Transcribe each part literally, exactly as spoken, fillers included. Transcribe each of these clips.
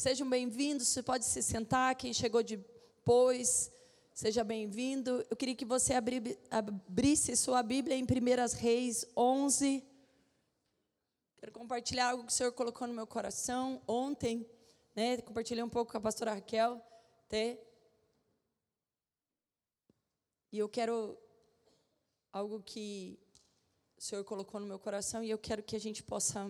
Sejam bem-vindos, você pode se sentar, quem chegou depois, seja bem-vindo. Eu queria que você abri, abrisse sua Bíblia em primeira Reis onze. Quero compartilhar algo que o Senhor colocou no meu coração ontem, né? Compartilhei um pouco com a pastora Raquel, até. E eu quero algo que o Senhor colocou no meu coração e eu quero que a gente possa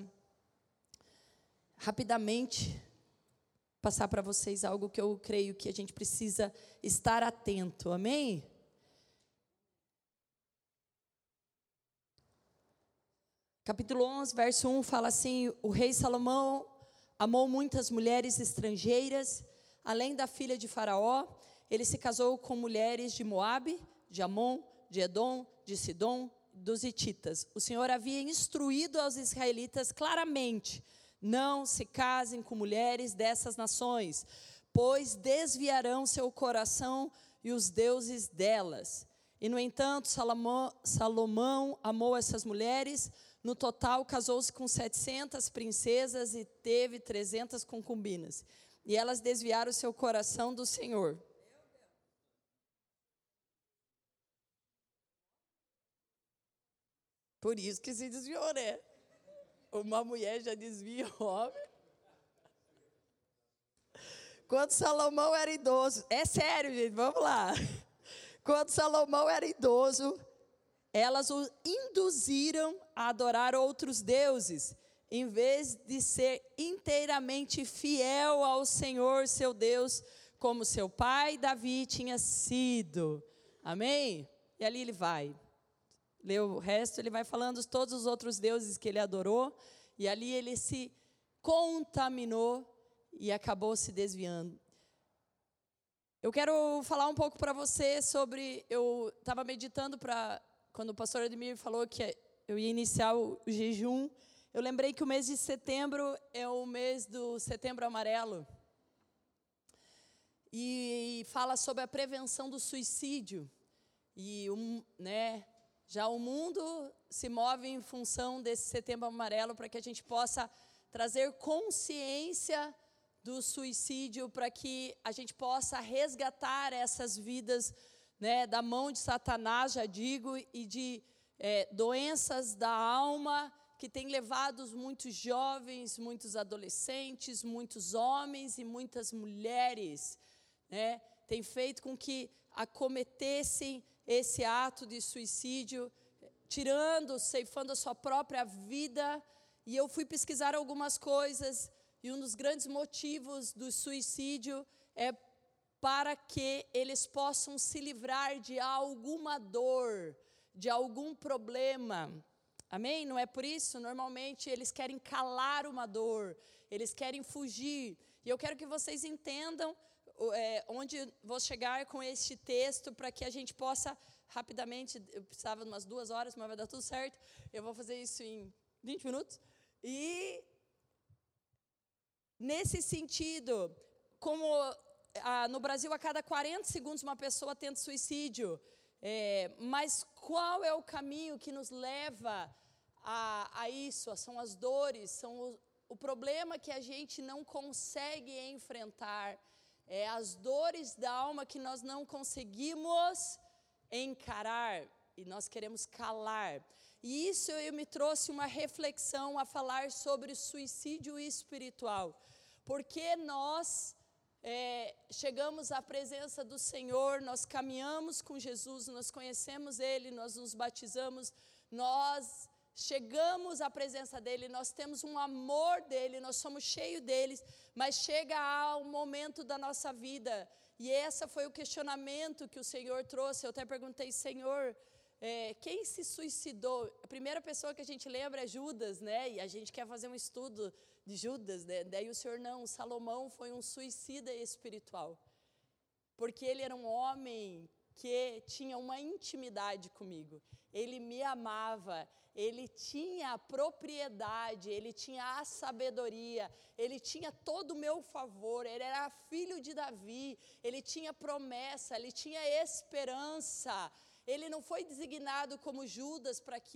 rapidamente passar para vocês algo que eu creio que a gente precisa estar atento, amém? Capítulo onze, verso um, fala assim: o rei Salomão amou muitas mulheres estrangeiras, além da filha de Faraó, ele se casou com mulheres de Moabe, de Amon, de Edom, de Sidom, dos hititas. O Senhor havia instruído aos israelitas claramente: não se casem com mulheres dessas nações, pois desviarão seu coração e os deuses delas. E, no entanto, Salomão, Salomão amou essas mulheres. No total, casou-se com setecentas princesas e teve trezentas concubinas. E elas desviaram seu coração do Senhor. Por isso que se desviou, né? Uma mulher já desvia o homem. Quando Salomão era idoso, é sério, gente, vamos lá. Quando Salomão era idoso, elas o induziram a adorar outros deuses, em vez de ser inteiramente fiel ao Senhor, seu Deus, como seu pai Davi tinha sido. Amém? E ali ele vai. Lê o resto, ele vai falando todos os outros deuses que ele adorou, e ali ele se contaminou e acabou se desviando. Eu quero falar um pouco para você sobre, eu estava meditando para, quando o pastor Ademir falou que eu ia iniciar o, o jejum, eu lembrei que o mês de setembro é o mês do Setembro Amarelo, e fala sobre a prevenção do suicídio, e um, né... Já o mundo se move em função desse Setembro Amarelo para que a gente possa trazer consciência do suicídio, para que a gente possa resgatar essas vidas, né, da mão de Satanás, já digo, e de é, doenças da alma que tem levado muitos jovens, muitos adolescentes, muitos homens e muitas mulheres, né, tem feito com que acometessem esse ato de suicídio, tirando, ceifando a sua própria vida. E eu fui pesquisar algumas coisas, e um dos grandes motivos do suicídio é para que eles possam se livrar de alguma dor, de algum problema. Amém? Não é por isso? Normalmente eles querem calar uma dor, eles querem fugir. E eu quero que vocês entendam É, onde vou chegar com este texto, para que a gente possa rapidamente, eu precisava de umas duas horas, mas vai dar tudo certo, eu vou fazer isso em vinte minutos, e nesse sentido, como ah, no Brasil a cada quarenta segundos uma pessoa tenta suicídio, é, mas qual é o caminho que nos leva a, a isso? São as dores, são o, o problema que a gente não consegue enfrentar, é as dores da alma que nós não conseguimos encarar e nós queremos calar. E isso eu me trouxe uma reflexão a falar sobre suicídio espiritual. Porque nós é, chegamos à presença do Senhor, nós caminhamos com Jesus, nós conhecemos Ele, nós nos batizamos, nós chegamos à presença dEle, nós temos um amor dEle, nós somos cheios dEle, mas chega ao momento da nossa vida, e esse foi o questionamento que o Senhor trouxe. Eu até perguntei: Senhor, é, quem se suicidou? A primeira pessoa que a gente lembra é Judas, né? E a gente quer fazer um estudo de Judas, né? Daí o Senhor: não, Salomão foi um suicida espiritual, porque ele era um homem que tinha uma intimidade comigo, ele me amava, ele tinha a propriedade, ele tinha a sabedoria, ele tinha todo o meu favor, ele era filho de Davi, ele tinha promessa, ele tinha esperança, ele não foi designado como Judas para que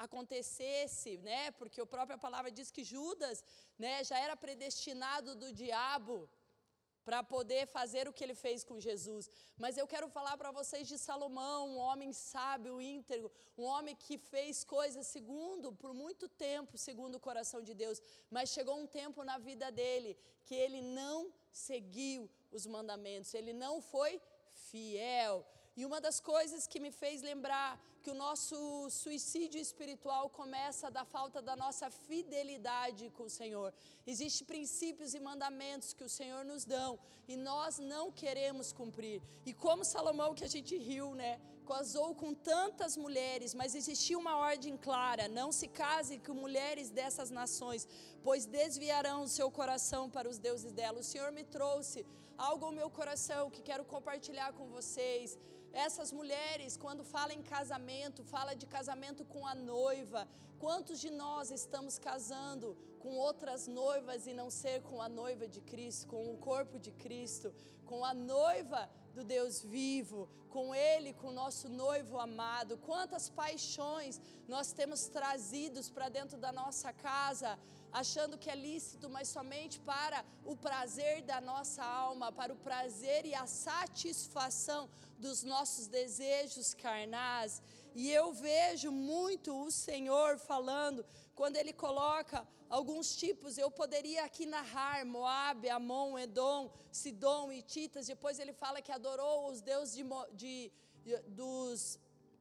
acontecesse, né? Porque a própria palavra diz que Judas, né, já era predestinado do diabo para poder fazer o que ele fez com Jesus. Mas eu quero falar para vocês de Salomão, um homem sábio, íntegro, um homem que fez coisas segundo, por muito tempo, segundo o coração de Deus. Mas chegou um tempo na vida dele que ele não seguiu os mandamentos, ele não foi fiel. E uma das coisas que me fez lembrar que o nosso suicídio espiritual começa da falta da nossa fidelidade com o Senhor. Existem princípios e mandamentos que o Senhor nos dão e nós não queremos cumprir. E como Salomão, que a gente riu, né? Casou com tantas mulheres, mas existia uma ordem clara: não se case com mulheres dessas nações, pois desviarão o seu coração para os deuses dela. O Senhor me trouxe algo ao meu coração que quero compartilhar com vocês. Essas mulheres, quando falam em casamento, fala de casamento com a noiva. Quantos de nós estamos casando com outras noivas e não ser com a noiva de Cristo, com o corpo de Cristo, com a noiva do Deus vivo, com Ele, com o nosso noivo amado? Quantas paixões nós temos trazidos para dentro da nossa casa, achando que é lícito, mas somente para o prazer da nossa alma, para o prazer e a satisfação dos nossos desejos carnais. E eu vejo muito o Senhor falando, quando Ele coloca alguns tipos, eu poderia aqui narrar Moabe, Amon, Edom, Sidom, Hititas. Depois Ele fala que adorou os deuses de, de, de, dos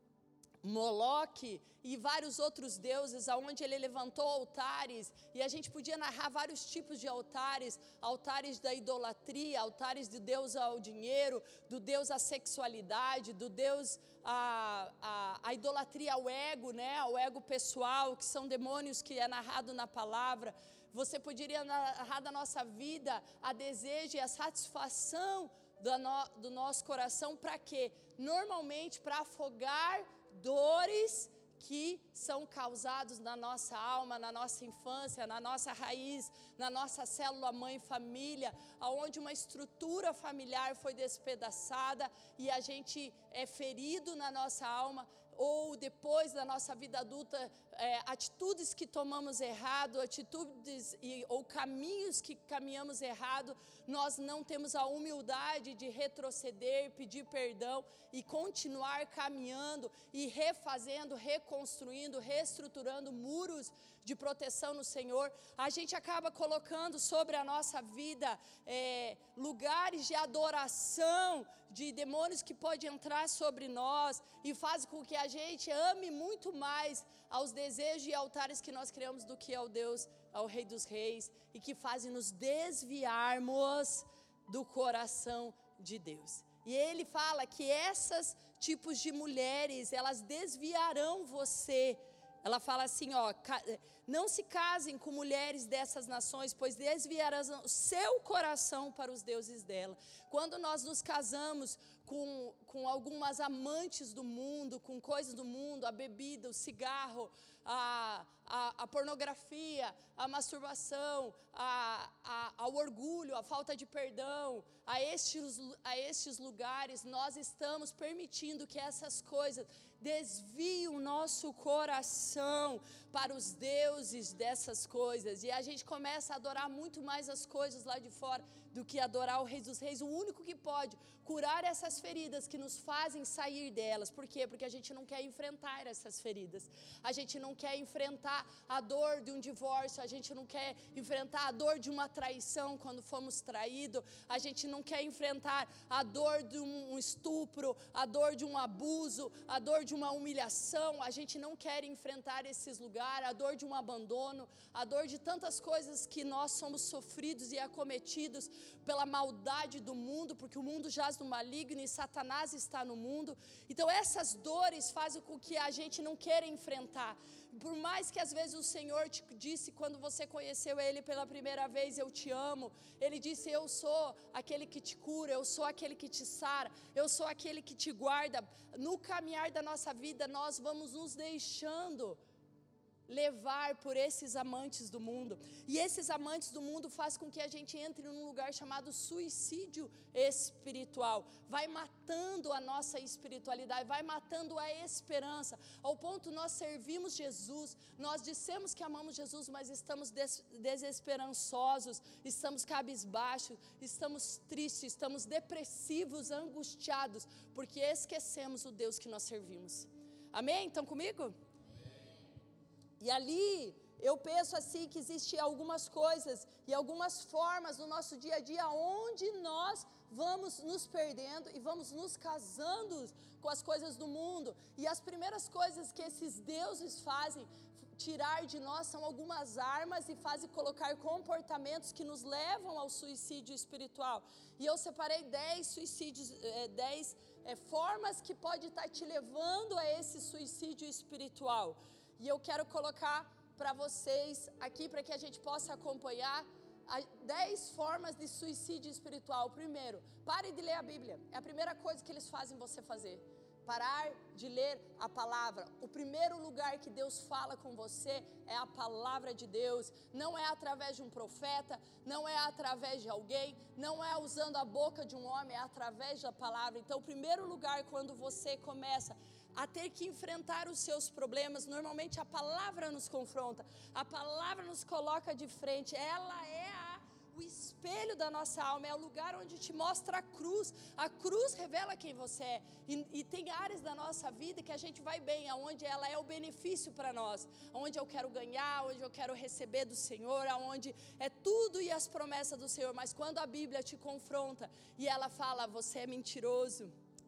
Moloque e vários outros deuses, aonde ele levantou altares, e a gente podia narrar vários tipos de altares, altares da idolatria, altares de Deus ao dinheiro, do Deus à sexualidade, do Deus à, à, à idolatria ao ego, né, ao ego pessoal, que são demônios que é narrado na palavra. Você poderia narrar da nossa vida a desejo e a satisfação do, no, do nosso coração, para quê? Normalmente para afogar dores que são causados na nossa alma, na nossa infância, na nossa raiz, na nossa célula mãe família, aonde uma estrutura familiar foi despedaçada e a gente é ferido na nossa alma, ou depois da nossa vida adulta, é, atitudes que tomamos errado, atitudes e, ou caminhos que caminhamos errado, nós não temos a humildade de retroceder, pedir perdão e continuar caminhando e refazendo, reconstruindo, reestruturando muros de proteção no Senhor. A gente acaba colocando sobre a nossa vida é, lugares de adoração, de demônios que podem entrar sobre nós e faz com que a gente ame muito mais aos desejos e altares que nós criamos do que ao Deus, ao Rei dos Reis, e que fazem nos desviarmos do coração de Deus. E ele fala que esses tipos de mulheres, elas desviarão você. Ela fala assim, ó, não se casem com mulheres dessas nações, pois desviarão o seu coração para os deuses dela. Quando nós nos casamos com, com algumas amantes do mundo, com coisas do mundo, a bebida, o cigarro, a, a, a pornografia, a masturbação, a, a, ao orgulho, a falta de perdão, a estes, a estes lugares, nós estamos permitindo que essas coisas desviem o nosso coração para os deuses dessas coisas. E a gente começa a adorar muito mais as coisas lá de fora do que adorar o Rei dos Reis, o único que pode curar essas feridas que nos fazem sair delas. Por quê? Porque a gente não quer enfrentar essas feridas. A gente não quer enfrentar a dor de um divórcio, a gente não quer enfrentar a dor de uma traição quando fomos traídos, a gente não quer enfrentar a dor de um estupro, a dor de um abuso, a dor de uma humilhação, a gente não quer enfrentar esses lugares, a dor de um abandono, a dor de tantas coisas que nós somos sofridos e acometidos pela maldade do mundo, porque o mundo jaz no maligno e Satanás está no mundo. Então essas dores fazem com que a gente não queira enfrentar. Por mais que às vezes o Senhor te disse quando você conheceu Ele pela primeira vez, eu te amo. Ele disse, eu sou aquele que te cura, eu sou aquele que te sara, eu sou aquele que te guarda. No caminhar da nossa vida nós vamos nos deixando levar por esses amantes do mundo. E esses amantes do mundo fazem com que a gente entre num lugar chamado suicídio espiritual. Vai matando a nossa espiritualidade, vai matando a esperança, ao ponto nós servimos Jesus, nós dissemos que amamos Jesus, mas estamos des- desesperançosos, estamos cabisbaixos, estamos tristes, estamos depressivos, angustiados, porque esquecemos o Deus que nós servimos. Amém? Estão comigo? E ali, eu penso assim que existem algumas coisas e algumas formas no nosso dia a dia onde nós vamos nos perdendo e vamos nos casando com as coisas do mundo. E as primeiras coisas que esses deuses fazem tirar de nós são algumas armas e fazem colocar comportamentos que nos levam ao suicídio espiritual. E eu separei dez suicídios, é, dez é, formas que pode estar te levando a esse suicídio espiritual. E eu quero colocar para vocês aqui, para que a gente possa acompanhar, dez formas de suicídio espiritual. Primeiro, pare de ler a Bíblia. É a primeira coisa que eles fazem você fazer. Parar de ler a palavra. O primeiro lugar que Deus fala com você é a palavra de Deus. Não é através de um profeta, não é através de alguém, não é usando a boca de um homem, é através da palavra. Então, o primeiro lugar, quando você começa a ter que enfrentar os seus problemas, normalmente a palavra nos confronta, a palavra nos coloca de frente, ela é a, o espelho da nossa alma, é o lugar onde te mostra a cruz, a cruz revela quem você é, e, e tem áreas da nossa vida que a gente vai bem, onde ela é o benefício para nós, onde eu quero ganhar, onde eu quero receber do Senhor, onde é tudo e as promessas do Senhor, mas quando a Bíblia te confronta, e ela fala, você é mentiroso,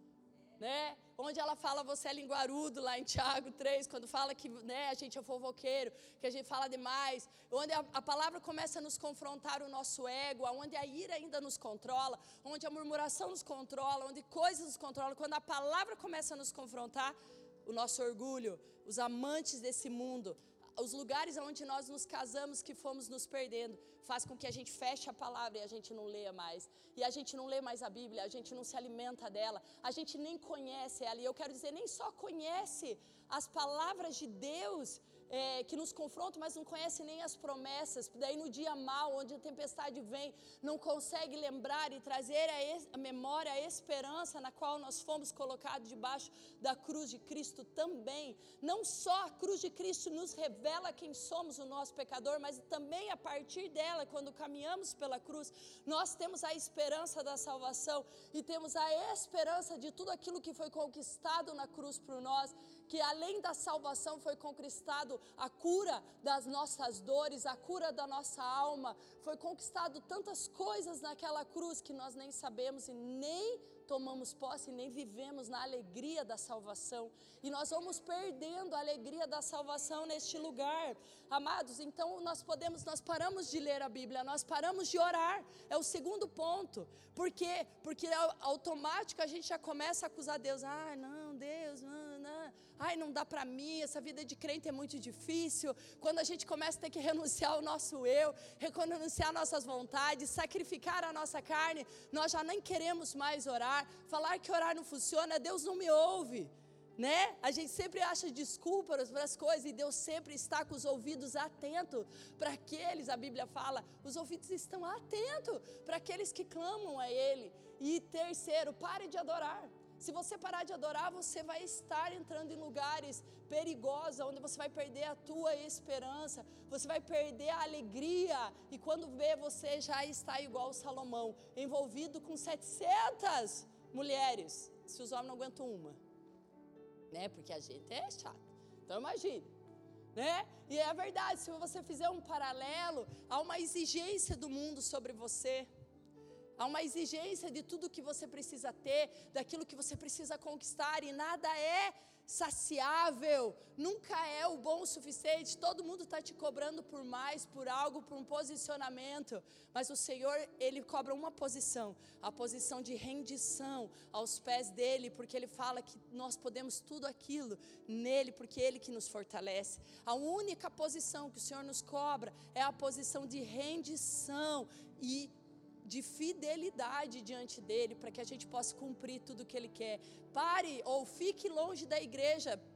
né? Onde ela fala você é linguarudo, lá em Tiago três, quando fala que, né, a gente é fofoqueiro, que a gente fala demais, onde a, a palavra começa a nos confrontar o nosso ego, onde a ira ainda nos controla, onde a murmuração nos controla, onde coisas nos controlam, quando a palavra começa a nos confrontar, o nosso orgulho, os amantes desse mundo, os lugares onde nós nos casamos que fomos nos perdendo, faz com que a gente feche a palavra e a gente não leia mais. E a gente não lê mais a Bíblia, a gente não se alimenta dela, a gente nem conhece ela. E eu quero dizer, nem só conhece as palavras de Deus é, que nos confrontam, mas não conhece nem as promessas. Daí no dia mau, onde a tempestade vem, não consegue lembrar e trazer a, es, a memória, a esperança na qual nós fomos colocados debaixo da cruz de Cristo também. Não só a cruz de Cristo nos revela quem somos, o nosso pecador, mas também a partir dela, quando caminhamos pela cruz, nós temos a esperança da salvação e temos a esperança de tudo aquilo que foi conquistado na cruz por nós, que além da salvação foi conquistado a cura das nossas dores, a cura da nossa alma, foi conquistado tantas coisas naquela cruz que nós nem sabemos e nem tomamos posse, nem vivemos na alegria da salvação, e nós vamos perdendo a alegria da salvação neste lugar, amados. Então nós podemos, nós paramos de ler a Bíblia, nós paramos de orar, é o segundo ponto. Por quê? Porque automático a gente já começa a acusar Deus, ai não, Deus, não, não, ai não dá para mim, essa vida de crente é muito difícil. Quando a gente começa a ter que renunciar ao nosso eu, renunciar nossas vontades, sacrificar a nossa carne, nós já nem queremos mais orar, falar que orar não funciona, Deus não me ouve, né? A gente sempre acha desculpas para as coisas e Deus sempre está com os ouvidos atentos para aqueles, a Bíblia fala, os ouvidos estão atentos para aqueles que clamam a Ele. E terceiro, pare de adorar. Se você parar de adorar, você vai estar entrando em lugares perigosos, onde você vai perder a tua esperança, você vai perder a alegria, e quando vê, você já está igual Salomão, envolvido com setecentas mulheres, se os homens não aguentam uma, né? Porque a gente é chato, então imagine, né? E é verdade, se você fizer um paralelo, há uma exigência do mundo sobre você, há uma exigência de tudo que você precisa ter, daquilo que você precisa conquistar, e nada é saciável, nunca é o bom o suficiente. Todo mundo está te cobrando por mais, por algo, por um posicionamento, mas o Senhor, Ele cobra uma posição, a posição de rendição aos pés dEle, porque Ele fala que nós podemos tudo aquilo nele, porque Ele que nos fortalece. A única posição que o Senhor nos cobra é a posição de rendição e de fidelidade diante dEle, para que a gente possa cumprir tudo o que Ele quer. Pare ou fique longe da igreja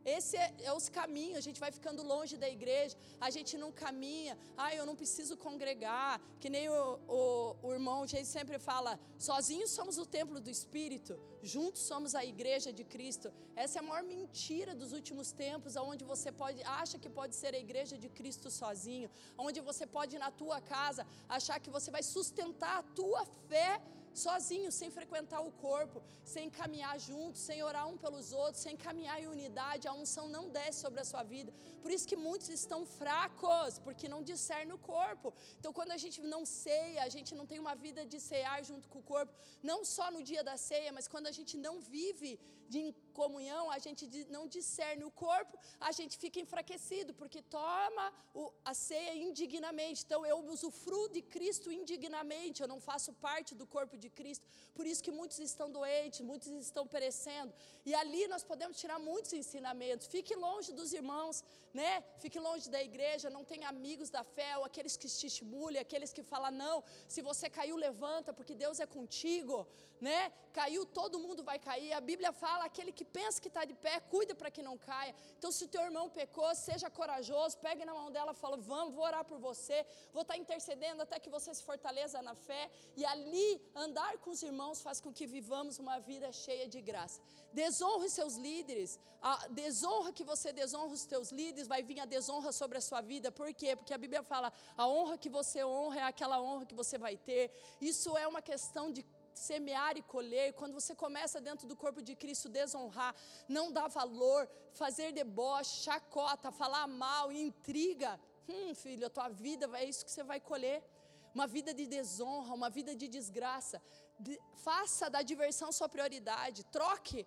Esse é, é os caminhos, a gente vai ficando longe da igreja, a gente não caminha, ah, eu não preciso congregar, que nem o, o, o irmão, a gente sempre fala, sozinhos somos o templo do Espírito, juntos somos a igreja de Cristo. Essa é a maior mentira dos últimos tempos, onde você pode, acha que pode ser a igreja de Cristo sozinho, onde você pode ir na tua casa, achar que você vai sustentar a tua fé sozinho, sem frequentar o corpo, sem caminhar juntos, sem orar um pelos outros, sem caminhar em unidade, a unção não desce sobre a sua vida. Por isso que muitos estão fracos, porque não discernem o corpo. Então quando a gente não ceia, a gente não tem uma vida de cear junto com o corpo, não só no dia da ceia, mas quando a gente não vive de comunhão, a gente não discerne o corpo, a gente fica enfraquecido, porque toma o, a ceia indignamente. Então eu usufruo de Cristo indignamente, eu não faço parte do corpo de Cristo. Por isso que muitos estão doentes, muitos estão perecendo. E ali nós podemos tirar muitos ensinamentos. Fique longe dos irmãos, né? Fique longe da igreja, não tenha amigos da fé, ou aqueles que te estimulam, aqueles que falam, não, se você caiu, levanta, porque Deus é contigo, né? Caiu, todo mundo vai cair. A Bíblia fala, aquele que pensa que está de pé, cuida para que não caia. Então se o teu irmão pecou, seja corajoso, pegue na mão dela e fala, vamos, vou orar por você, vou estar intercedendo até que você se fortaleça na fé. E ali, andar com os irmãos faz com que vivamos uma vida cheia de graça. Desonre seus líderes, a desonra que você desonra os teus líderes, vai vir a desonra sobre a sua vida. Por quê? Porque a Bíblia fala, a honra que você honra é aquela honra que você vai ter. Isso é uma questão de semear e colher. Quando você começa dentro do corpo de Cristo desonrar, não dar valor, fazer deboche, chacota, falar mal, intriga, hum, filho, a tua vida é isso que você vai colher. Uma vida de desonra, uma vida de desgraça. De, faça da diversão sua prioridade. Troque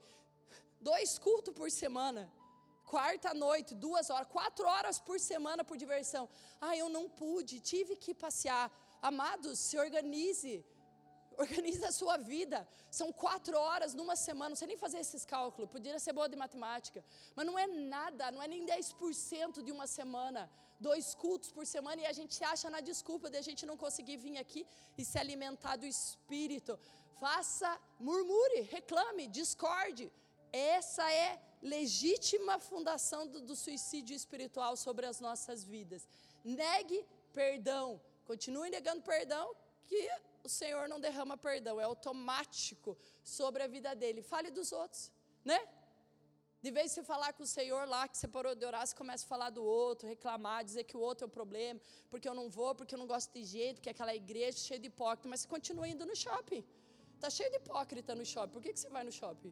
dois cultos por semana, quarta noite, duas horas, quatro horas por semana por diversão. Ah, eu não pude, tive que passear. Amados, se organize. Organize a sua vida. São quatro horas numa semana. Não sei nem fazer esses cálculos. Podia ser boa de matemática. Mas não é nada. Não é nem dez por cento de uma semana. Dois cultos por semana. E a gente acha na desculpa de a gente não conseguir vir aqui e se alimentar do Espírito. Faça, murmure, reclame, discorde. Essa é legítima fundação do, do suicídio espiritual sobre as nossas vidas. Negue perdão. Continue negando perdão, que o Senhor não derrama perdão, é automático sobre a vida dele. Fale dos outros, né? De vez em você falar com o Senhor lá, que você parou de orar, você começa a falar do outro, reclamar, dizer que o outro é o problema, porque eu não vou, porque eu não gosto de jeito, porque aquela igreja cheia de hipócrita, mas você continua indo no shopping. Está cheio de hipócrita no shopping, por que, que você vai no shopping?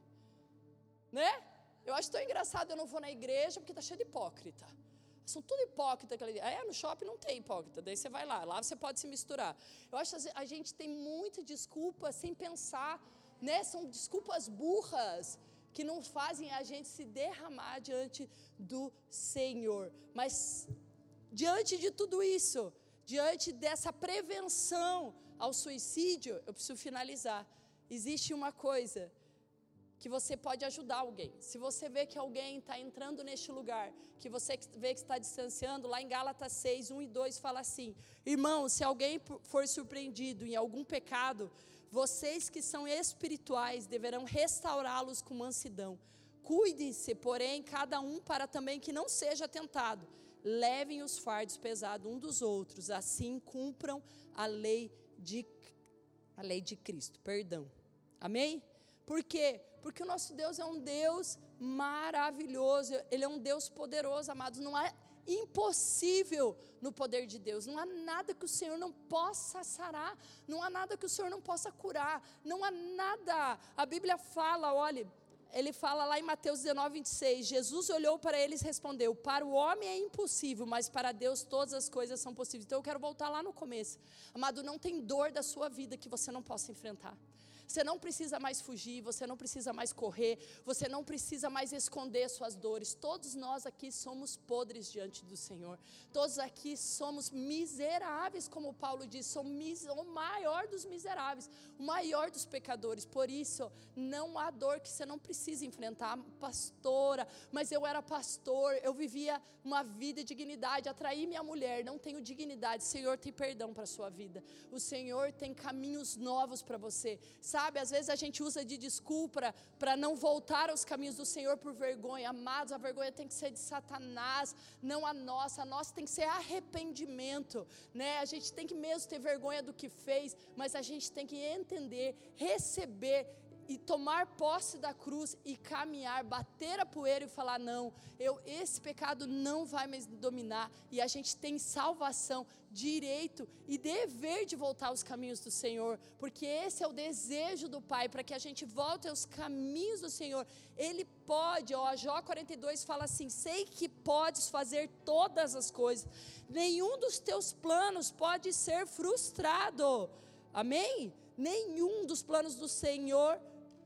Né? Eu acho tão engraçado, eu não vou na igreja porque está cheio de hipócrita. São tudo hipócrita. É, no shopping não tem hipócrita, daí você vai lá, lá você pode se misturar. Eu acho que a gente tem muita desculpa sem pensar, né? São desculpas burras que não fazem a gente se derramar diante do Senhor. Mas diante de tudo isso, diante dessa prevenção ao suicídio, eu preciso finalizar. Existe uma coisa que você pode ajudar alguém. Se você vê que alguém está entrando neste lugar, que você vê que está distanciando, lá em Gálatas seis, um e dois fala assim, irmãos, se alguém for surpreendido em algum pecado, vocês que são espirituais deverão restaurá-los com mansidão. Cuidem-se, porém, cada um para também que não seja tentado. Levem os fardos pesados um dos outros, assim cumpram a lei de, a lei de Cristo. Perdão. Amém? Por quê? Porque o nosso Deus é um Deus maravilhoso, Ele é um Deus poderoso, amados. Não há impossível no poder de Deus, não há nada que o Senhor não possa sarar, não há nada que o Senhor não possa curar, não há nada. A Bíblia fala, olha, Ele fala lá em Mateus dezenove, vinte e seis, Jesus olhou para eles e respondeu, para o homem é impossível, mas para Deus todas as coisas são possíveis. Então eu quero voltar lá no começo. Amado, não tem dor da sua vida que você não possa enfrentar. Você não precisa mais fugir, você não precisa mais correr, você não precisa mais esconder suas dores. Todos nós aqui somos podres diante do Senhor. Todos aqui somos miseráveis, como Paulo diz, somos o maior dos miseráveis, o maior dos pecadores. Por isso, não há dor que você não precisa enfrentar. Pastora, mas eu era pastor, eu vivia uma vida de dignidade, atraí minha mulher, não tenho dignidade. O Senhor tem perdão para a sua vida. O Senhor tem caminhos novos para você. Sabe? sabe, às vezes a gente usa de desculpa para não voltar aos caminhos do Senhor por vergonha. Amados, a vergonha tem que ser de Satanás, não a nossa. A nossa tem que ser arrependimento, né? A gente tem que mesmo ter vergonha do que fez, mas a gente tem que entender, receber e tomar posse da cruz e caminhar, bater a poeira e falar: não, eu, esse pecado não vai mais dominar. E a gente tem salvação, direito e dever de voltar aos caminhos do Senhor, porque esse é o desejo do Pai, para que a gente volte aos caminhos do Senhor. Ele pode, ó, Jó quarenta e dois fala assim: sei que podes fazer todas as coisas, nenhum dos teus planos pode ser frustrado. Amém? Nenhum dos planos do Senhor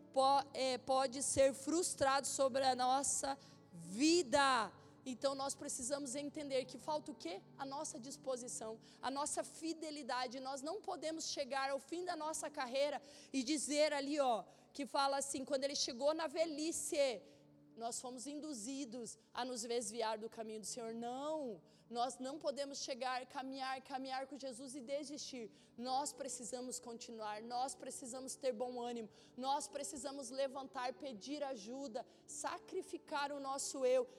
pode ser frustrado sobre a nossa vida. Então nós precisamos entender que falta o quê? A nossa disposição, a nossa fidelidade. Nós não podemos chegar ao fim da nossa carreira e dizer ali, ó, que fala assim: quando ele chegou na velhice, nós fomos induzidos a nos desviar do caminho do Senhor. Não, nós não podemos chegar, caminhar, caminhar com Jesus e desistir. Nós precisamos continuar, nós precisamos ter bom ânimo, nós precisamos levantar, pedir ajuda, sacrificar o nosso eu,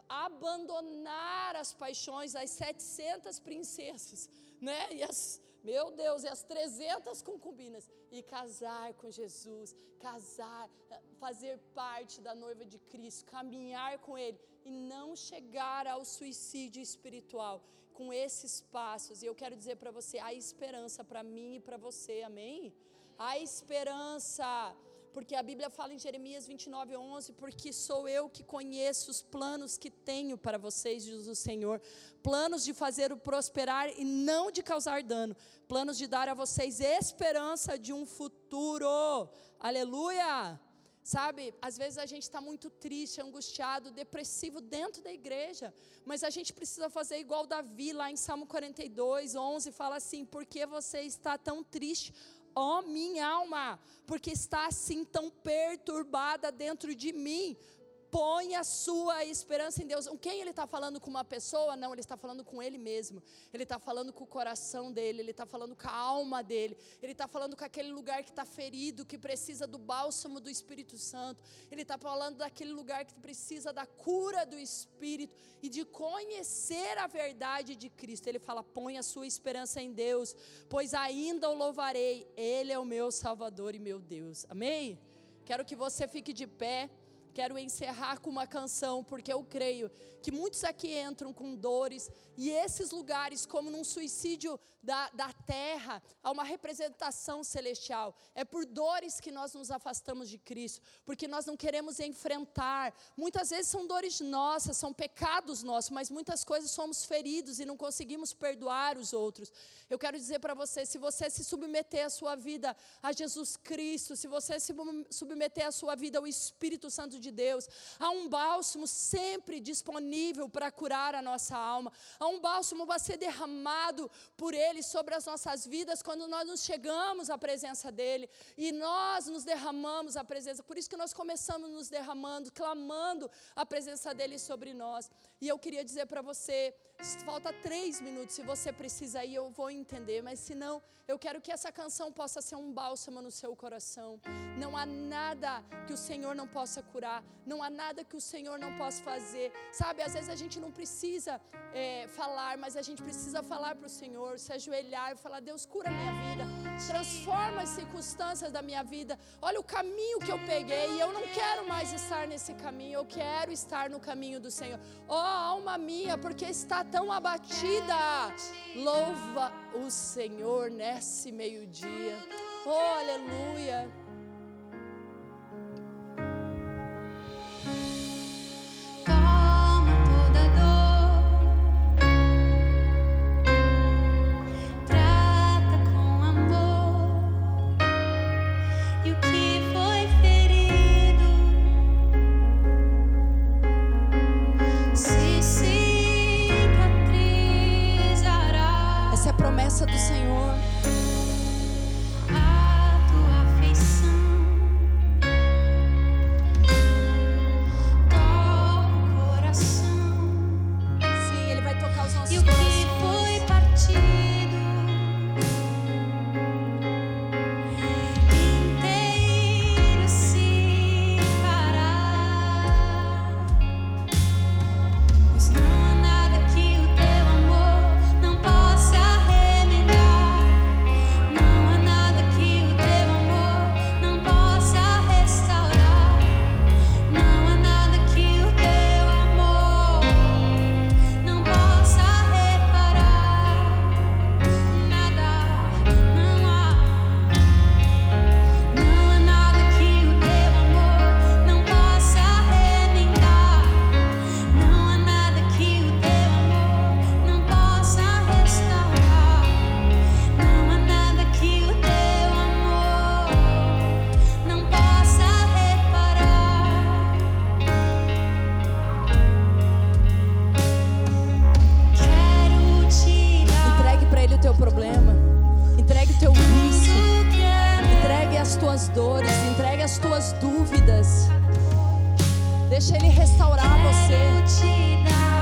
abandonar as paixões, as setecentas princesas, né? E as, meu Deus, e as trezentas concubinas, e casar com Jesus, casar, fazer parte da noiva de Cristo, caminhar com Ele, e não chegar ao suicídio espiritual. Com esses passos, e eu quero dizer para você, há esperança para mim e para você, amém? Há esperança, porque a Bíblia fala em Jeremias vinte e nove, onze, porque sou eu que conheço os planos que tenho para vocês, diz o Senhor, planos de fazer-o prosperar e não de causar dano, planos de dar a vocês esperança de um futuro, aleluia. Sabe, às vezes a gente está muito triste, angustiado, depressivo dentro da igreja, mas a gente precisa fazer igual Davi, lá em Salmo quarenta e dois, onze, fala assim: por que você está tão triste, ó minha alma? Porque está assim tão perturbada dentro de mim? Põe a sua esperança em Deus. Quem ele está falando com uma pessoa? Não, ele está falando com ele mesmo. Ele está falando com o coração dele, ele está falando com a alma dele, ele está falando com aquele lugar que está ferido, que precisa do bálsamo do Espírito Santo. Ele está falando daquele lugar que precisa da cura do Espírito e de conhecer a verdade de Cristo. Ele fala: põe a sua esperança em Deus, pois ainda o louvarei, Ele é o meu Salvador e meu Deus. Amém? Quero que você fique de pé. Quero encerrar com uma canção, porque eu creio que muitos aqui entram com dores, e esses lugares, como num suicídio da, da terra, há uma representação celestial. É por dores que nós nos afastamos de Cristo, porque nós não queremos enfrentar. Muitas vezes são dores nossas, são pecados nossos, mas muitas coisas somos feridos e não conseguimos perdoar os outros. Eu quero dizer para você, se você se submeter a sua vida a Jesus Cristo, se você se submeter a sua vida ao Espírito Santo de Deus, há um bálsamo sempre disponível para curar a nossa alma. Há um bálsamo a ser derramado por Ele sobre as nossas vidas quando nós nos chegamos à presença dEle. E nós nos derramamos à presença. Por isso que nós começamos nos derramando, clamando a presença dEle sobre nós. E eu queria dizer para você, falta três minutos, se você precisa ir, eu vou entender. Mas se não, eu quero que essa canção possa ser um bálsamo no seu coração. Não há nada que o Senhor não possa curar. Não há nada que o Senhor não possa fazer. Sabe, às vezes a gente não precisa é, falar, mas a gente precisa falar para o Senhor, se ajoelhar e falar: Deus, cura a minha vida, transforma as circunstâncias da minha vida. Olha o caminho que eu peguei e eu não quero mais estar nesse caminho, eu quero estar no caminho do Senhor. Ó, alma minha, porque está tão abatida, louva o Senhor nesse meio-dia. Oh, aleluia. Do Senhor, a tua afeição tuas dores, entregue as tuas dúvidas. Deixa Ele restaurar você.